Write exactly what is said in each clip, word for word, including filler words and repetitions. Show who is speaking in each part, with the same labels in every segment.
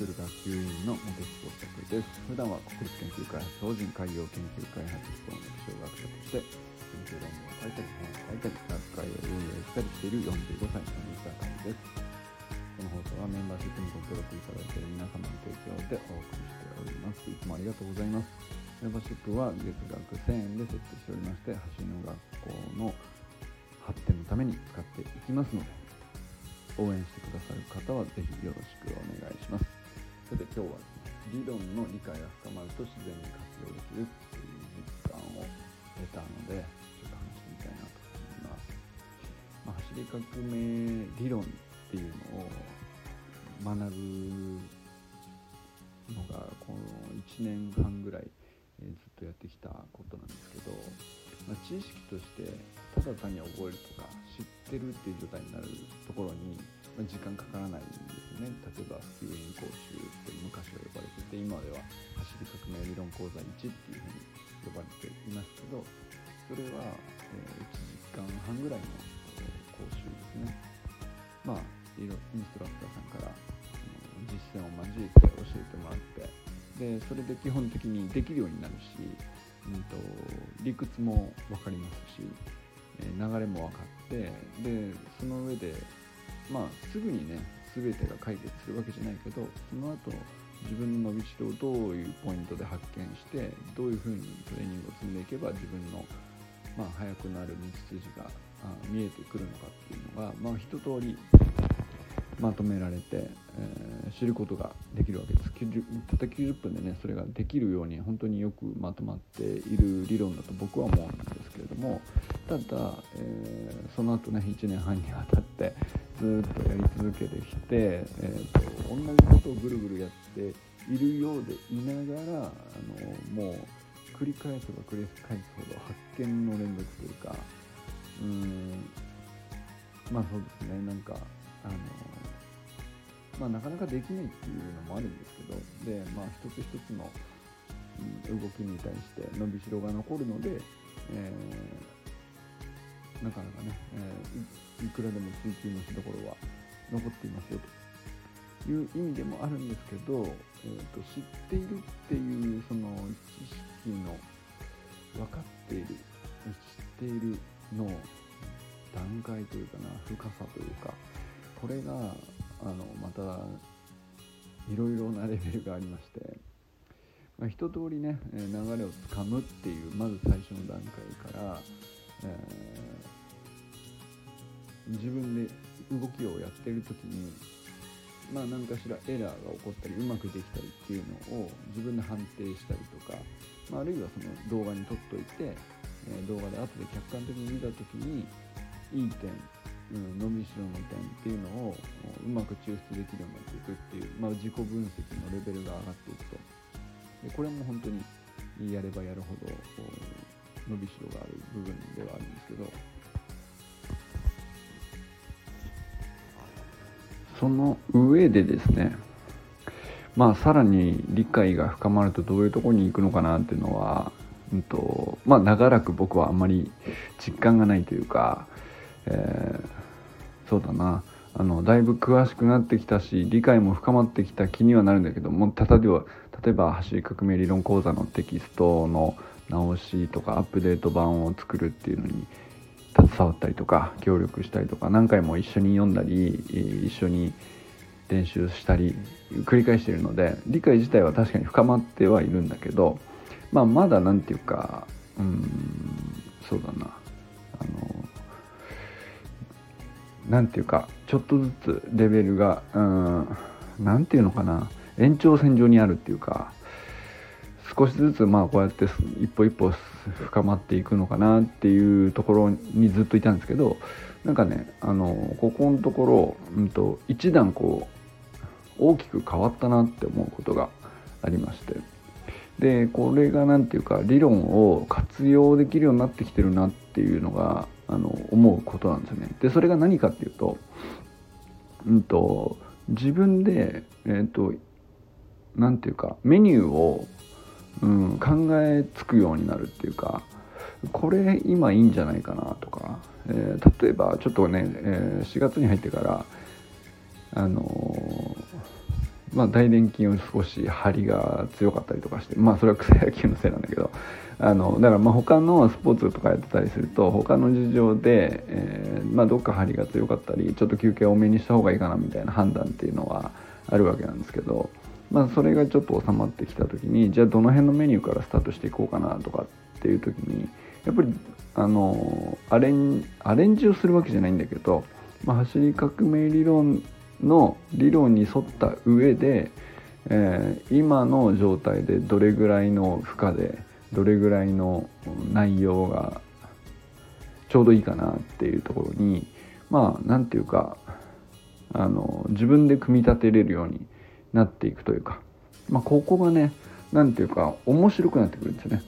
Speaker 1: クール学級委員の茂木耕作です。普段は国立研究開発法人海洋研究開発機構の気象学者として研究論文を書いたり本を書いたり学会を運営したりしているよんじゅうごさいの西田です。この放送はメンバーシップにご協力いただいている皆様の提供でお送りしております。いつもありがとうございます。メンバーシップは月額せんえんで設定しておりまして、橋の学校の発展のために使っていきますので、応援してくださる方はぜひよろしくお願いします。さて今日はですね、理論の理解が深まると自然に活用できるという実感を得たので、ちょっと話してみたいなと思います。まあ、走り革命理論っていうのを学ぶのがこのいちねんはんぐらい、えー、ずっとやってきたことなんですけど、まあ、知識としてただ単に覚えるとか知ってるっていう状態になるところに、まあ、時間かからないんですよね。例えば普及員講習って昔は呼ばれてて、今では走り革命理論講座いちっていうふうに呼ばれていますけど、それは、えー、いちじかんはんぐらいの、えー、講習ですね。まあインストラクターさんから、うん、実践を交えて教えてもらって、でそれで基本的にできるようになるし、うんと理屈も分かりますし、えー、流れも分かって、でその上でまあすぐにね全てが解決するわけじゃないけど、その後自分の伸びしろをどういうポイントで発見して、どういうふうにトレーニングを積んでいけば自分の、まあ、速くなる道筋が見えてくるのかっていうのが、まあ、一通りまとめられて、えー、知ることができるわけです。たったきゅうじゅっぷんでねそれができるように本当によくまとまっている理論だと僕は思うんですけれども、ただ、えー、その後ねいちねんはんにわたってずっとやり続けてきて、えー、と同じことをぐるぐるやっているようでいながら、あのもう繰り返せば繰り返すほど発見の連続というか、うーんまあそうですね、なんかあのまあ、なかなかできないっていうのもあるんですけど、で、まあ、一つ一つの、うん、動きに対して伸びしろが残るので、えー、なかなかね、えーい、いくらでも追求のしどころは残っていますよという意味でもあるんですけど、えーと、知っているっていうその知識の分かっている知っているの段階というかな、深さというか、これがあのまたいろいろなレベルがありまして、まあ、一通りね流れをつかむっていうまず最初の段階から、えー、自分で動きをやっている時に、まあ何かしらエラーが起こったりうまくできたりっていうのを自分で判定したりとか、まあ、あるいはその動画に撮っといて、えー、動画で後で客観的に見た時にいい点、うん、伸びしろの点っていうのをうまく抽出できるようになっていくっていう、まあ、自己分析のレベルが上がっていくと。でこれも本当にやればやるほど伸びしろがある部分ではあるんですけど、その上でですね、まあさらに理解が深まるとどういうところに行くのかなっていうのは、うんとまあ、長らく僕はあんまり実感がないというか、えーそうだなあのだいぶ詳しくなってきたし理解も深まってきた気にはなるんだけども、例えば例えば走り革命理論講座のテキストの直しとかアップデート版を作るっていうのに携わったりとか協力したりとか、何回も一緒に読んだり一緒に練習したり繰り返しているので、理解自体は確かに深まってはいるんだけど、まあ、まだなんていうかうーんそうだなあのなんていうかちょっとずつレベルがうーんなんていうのかな延長線上にあるっていうか、少しずつまあこうやって一歩一歩深まっていくのかなっていうところにずっといたんですけど、なんかねあのここのところ、うん、と一段こう大きく変わったなって思うことがありまして、でこれがなんていうか理論を活用できるようになってきてるなっていうのがあの思うことなんですよね。でそれが何かっていうと、うんと自分でえっ、となんていうかメニューを、うん、考えつくようになるっていうか、これ今いいんじゃないかなとか、えー、例えばちょっとね、えー、しがつに入ってからあのまあ、大臀筋を少し張りが強かったりとかして、まあそれは草野球のせいなんだけど、あのだからまあ他のスポーツとかやってたりすると他の事情で、えーまあ、どっか張りが強かったりちょっと休憩多めにした方がいいかなみたいな判断っていうのはあるわけなんですけど、まあ、それがちょっと収まってきた時にじゃあどの辺のメニューからスタートしていこうかなとかっていう時にやっぱりあのアレンアレンジをするわけじゃないんだけど、まあ、走り革命理論の理論に沿った上で、えー、今の状態でどれぐらいの負荷でどれぐらいの内容がちょうどいいかなっていうところにまあなんていうかあの自分で組み立てれるようになっていくというか、まあ、ここがねなんていうか面白くなってくるんですよね。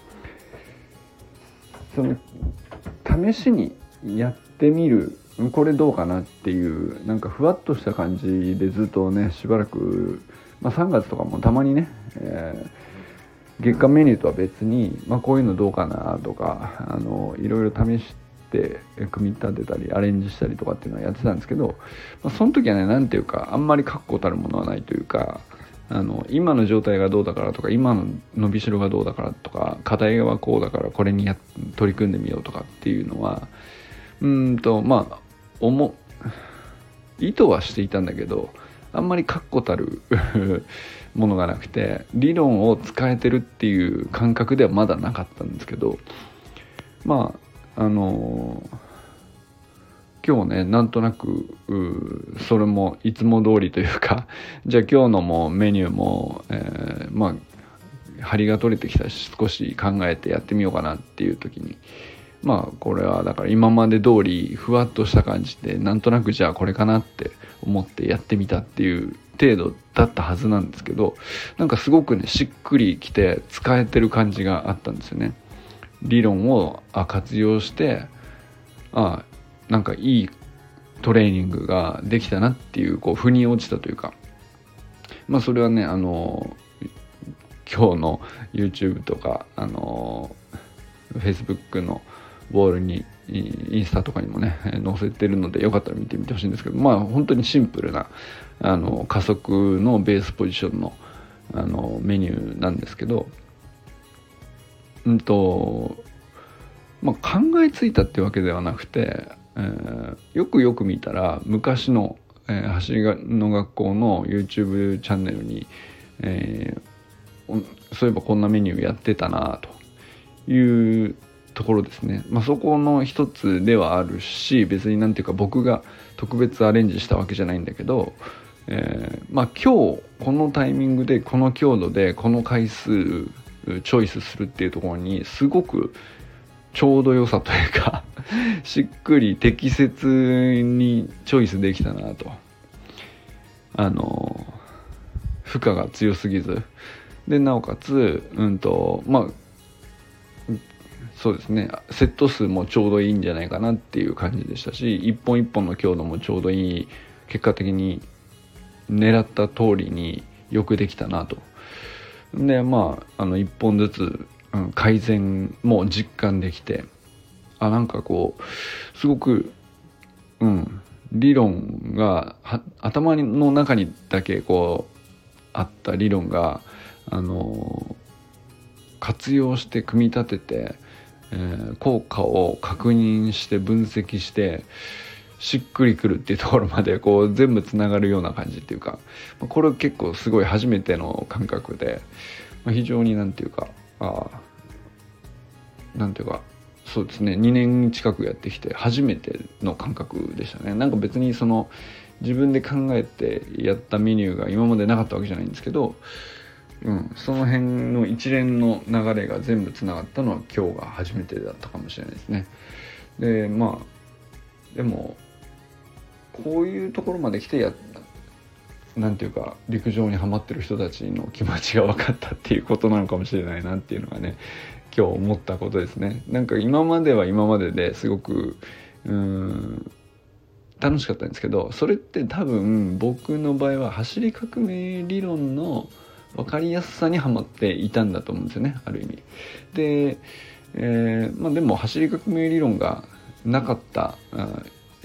Speaker 1: その試しにやってみるこれどうかなっていうなんかふわっとした感じでずっとねしばらく、まあ、さんがつとかもたまにね、えー、月間メニューとは別に、まあ、こういうのどうかなとかあのいろいろ試して組み立てたりアレンジしたりとかっていうのはやってたんですけど、まあ、その時はねなんていうかあんまり確固たるものはないというかあの今の状態がどうだからとか今の伸びしろがどうだからとか課題はこうだからこれにや取り組んでみようとかっていうのはうーんとまあ思意図はしていたんだけどあんまり確固たるものがなくて理論を使えてるっていう感覚ではまだなかったんですけどまああのー今日ねなんとなくそれもいつも通りというかじゃあ今日のもメニューも、えー、まあ張りが取れてきたし少し考えてやってみようかなっていう時にまあこれはだから今まで通りふわっとした感じでなんとなくじゃあこれかなって思ってやってみたっていう程度だったはずなんですけどなんかすごくねしっくりきて使えてる感じがあったんですよね。理論をあ活用してあなんかいいトレーニングができたなっていうこう腑に落ちたというかまあそれはねあの今日の YouTube とかあの Facebook のボールにインスタとかにもね載せてるのでよかったら見てみてほしいんですけどまあ本当にシンプルなあの加速のベースポジションのあのメニューなんですけどうんとまあ考えついたってわけではなくてえー、よくよく見たら昔の、えー、走りの学校の YouTube チャンネルに、えー、そういえばこんなメニューやってたなというところですね。まあそこの一つではあるし別になんていうか僕が特別アレンジしたわけじゃないんだけど、えー、まあ今日このタイミングでこの強度でこの回数チョイスするっていうところにすごくちょうど良さというかしっくり適切にチョイスできたなとあの負荷が強すぎずでなおかつうんとまあそうですねセット数もちょうどいいんじゃないかなっていう感じでしたし一本一本の強度もちょうどいい結果的に狙った通りによくできたなとでまああの一本ずつ改善も実感できてあなんかこうすごく、うん、理論が頭の中にだけこうあった理論があの活用して組み立てて、えー、効果を確認して分析してしっくりくるっていうところまでこう全部つながるような感じっていうかこれ結構すごい初めての感覚で非常になんていうかあなんていうかそうですねにねん近くやってきて初めての感覚でしたね。なんか別にその自分で考えてやったメニューが今までなかったわけじゃないんですけど、うん、その辺の一連の流れが全部つながったのは今日が初めてだったかもしれないですね。でまあでもこういうところまで来てやなんていうか陸上にはまってる人たちの気持ちが分かったっていうことなのかもしれないなっていうのがね今日思ったことですね。なんか今までは今までですごくうーん楽しかったんですけどそれって多分僕の場合は走り革命理論の分かりやすさにはまっていたんだと思うんですよねある意味で、えーまあ、でも走り革命理論がなかった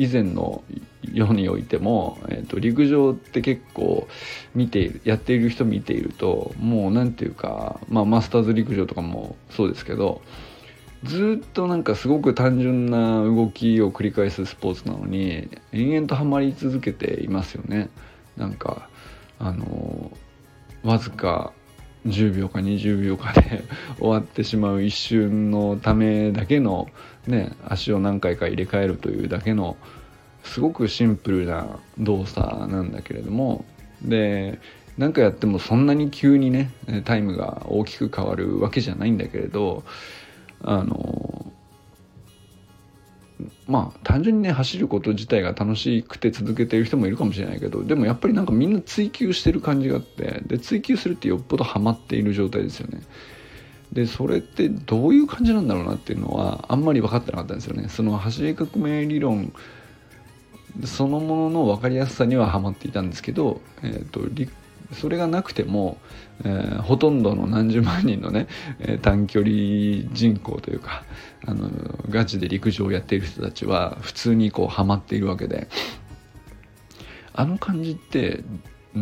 Speaker 1: 以前の世においても、えー、と陸上って結構見ているやっている人見ていると、もうなんていうか、まあ、マスターズ陸上とかもそうですけど、ずっとなんかすごく単純な動きを繰り返すスポーツなのに延々とハマり続けていますよね。なんかあのわずかじゅうびょうかにじゅうびょうかで終わってしまう一瞬のためだけのね、足を何回か入れ替えるというだけのすごくシンプルな動作なんだけれども、で何かやってもそんなに急にねタイムが大きく変わるわけじゃないんだけれど、あのまあ単純にね走ること自体が楽しくて続けている人もいるかもしれないけど、でもやっぱりなんかみんな追求してる感じがあって、で追求するってよっぽどハマっている状態ですよね。でそれってどういう感じなんだろうなっていうのはあんまり分かってなかったんですよね。その走り革命理論そのものの分かりやすさにはハマっていたんですけど、えーとそれがなくても、えー、ほとんどの何十万人のね、えー、短距離人口というか、あのガチで陸上をやっている人たちは普通にこうハマっているわけで、あの感じって、うん、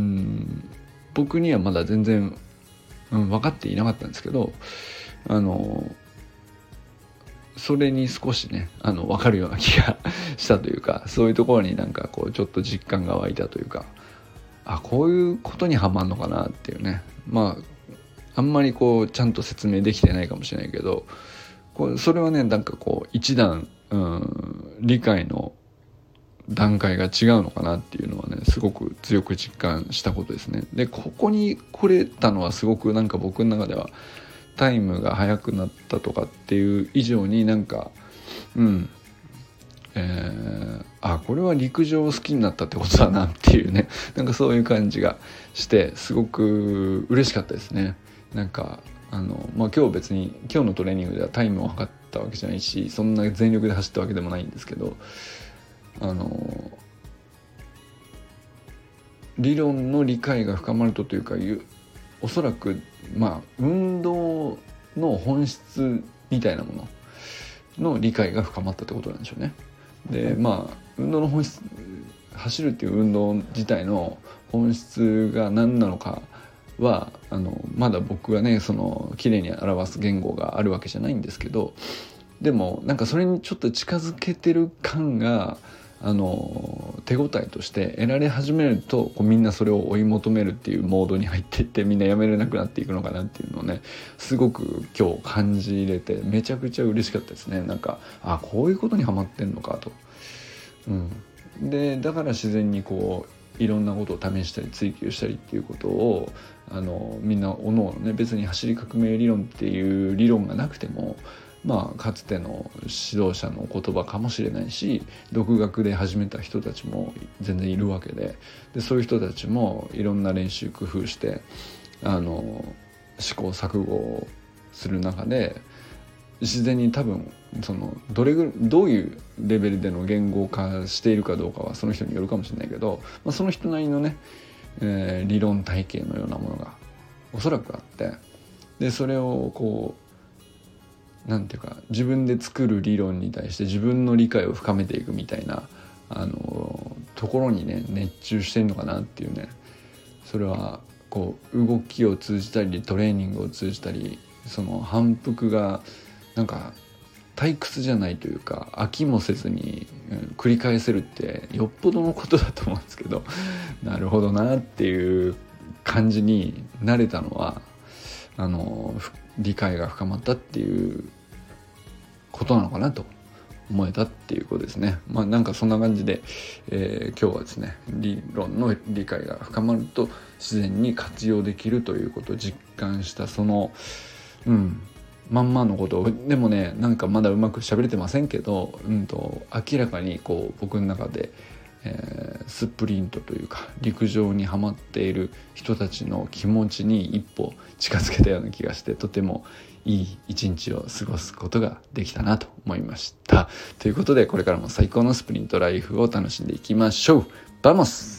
Speaker 1: 僕にはまだ全然、うん、分かっていなかったんですけど、あのそれに少しねあの分かるような気がしたというか、そういうところになんかこうちょっと実感が湧いたというか、あこういうことにハマるのかなっていうね、まああんまりこうちゃんと説明できてないかもしれないけど、こうそれはねなんかこう一段、うん、理解の段階が違うのかなっていうのはねすごく強く実感したことですね。でここに来れたのはすごくなんか僕の中ではタイムが速くなったとかっていう以上になんかうんえー、あこれは陸上を好きになったってことだなっていうね、なんかそういう感じがしてすごく嬉しかったですね。なんかあの、まあ、今日別に今日のトレーニングではタイムを測ったわけじゃないし、そんな全力で走ったわけでもないんですけど、あの理論の理解が深まるとというか、おそらくまあ運動の本質みたいなものの理解が深まったってことなんでしょうね。でまあ運動の本質、走るっていう運動自体の本質が何なのかはあのまだ僕はねその綺麗に表す言語があるわけじゃないんですけど、でもなんかそれにちょっと近づけてる感があの手応えとして得られ始めると、こうみんなそれを追い求めるっていうモードに入っていって、みんなやめれなくなっていくのかなっていうのをねすごく今日感じれてめちゃくちゃ嬉しかったですね。なんかあこういうことにハマってんのかと、うん、でだから自然にこういろんなことを試したり追求したりっていうことをあのみんなおのおのね、別に走り革命理論っていう理論がなくてもまあかつての指導者の言葉かもしれないし、独学で始めた人たちも全然いるわけで、でそういう人たちもいろんな練習工夫してあの試行錯誤をする中で自然に多分そのどれぐどういうレベルでの言語化しているかどうかはその人によるかもしれないけど、まあ、その人なりのね、えー、理論体系のようなものがおそらくあって、でそれをこうなんていうか自分で作る理論に対して自分の理解を深めていくみたいなあのところにね熱中してるのかなっていうね、それはこう動きを通じたりトレーニングを通じたり、その反復がなんか退屈じゃないというか飽きもせずに、うん、繰り返せるってよっぽどのことだと思うんですけど、なるほどなっていう感じになれたのはあの理解が深まったっていうことなのかなと思えたっていうことですね。まあなんかそんな感じで、えー、今日はですね理論の理解が深まると自然に活用できるということを実感した、そのうんまんまのことを、でもねなんかまだうまく喋れてませんけど、うんと明らかにこう僕の中で、えー、スプリントというか陸上にハマっている人たちの気持ちに一歩近づけたような気がして、とてもいい一日を過ごすことができたなと思いました。ということでこれからも最高のスプリントライフを楽しんでいきましょう。バモス。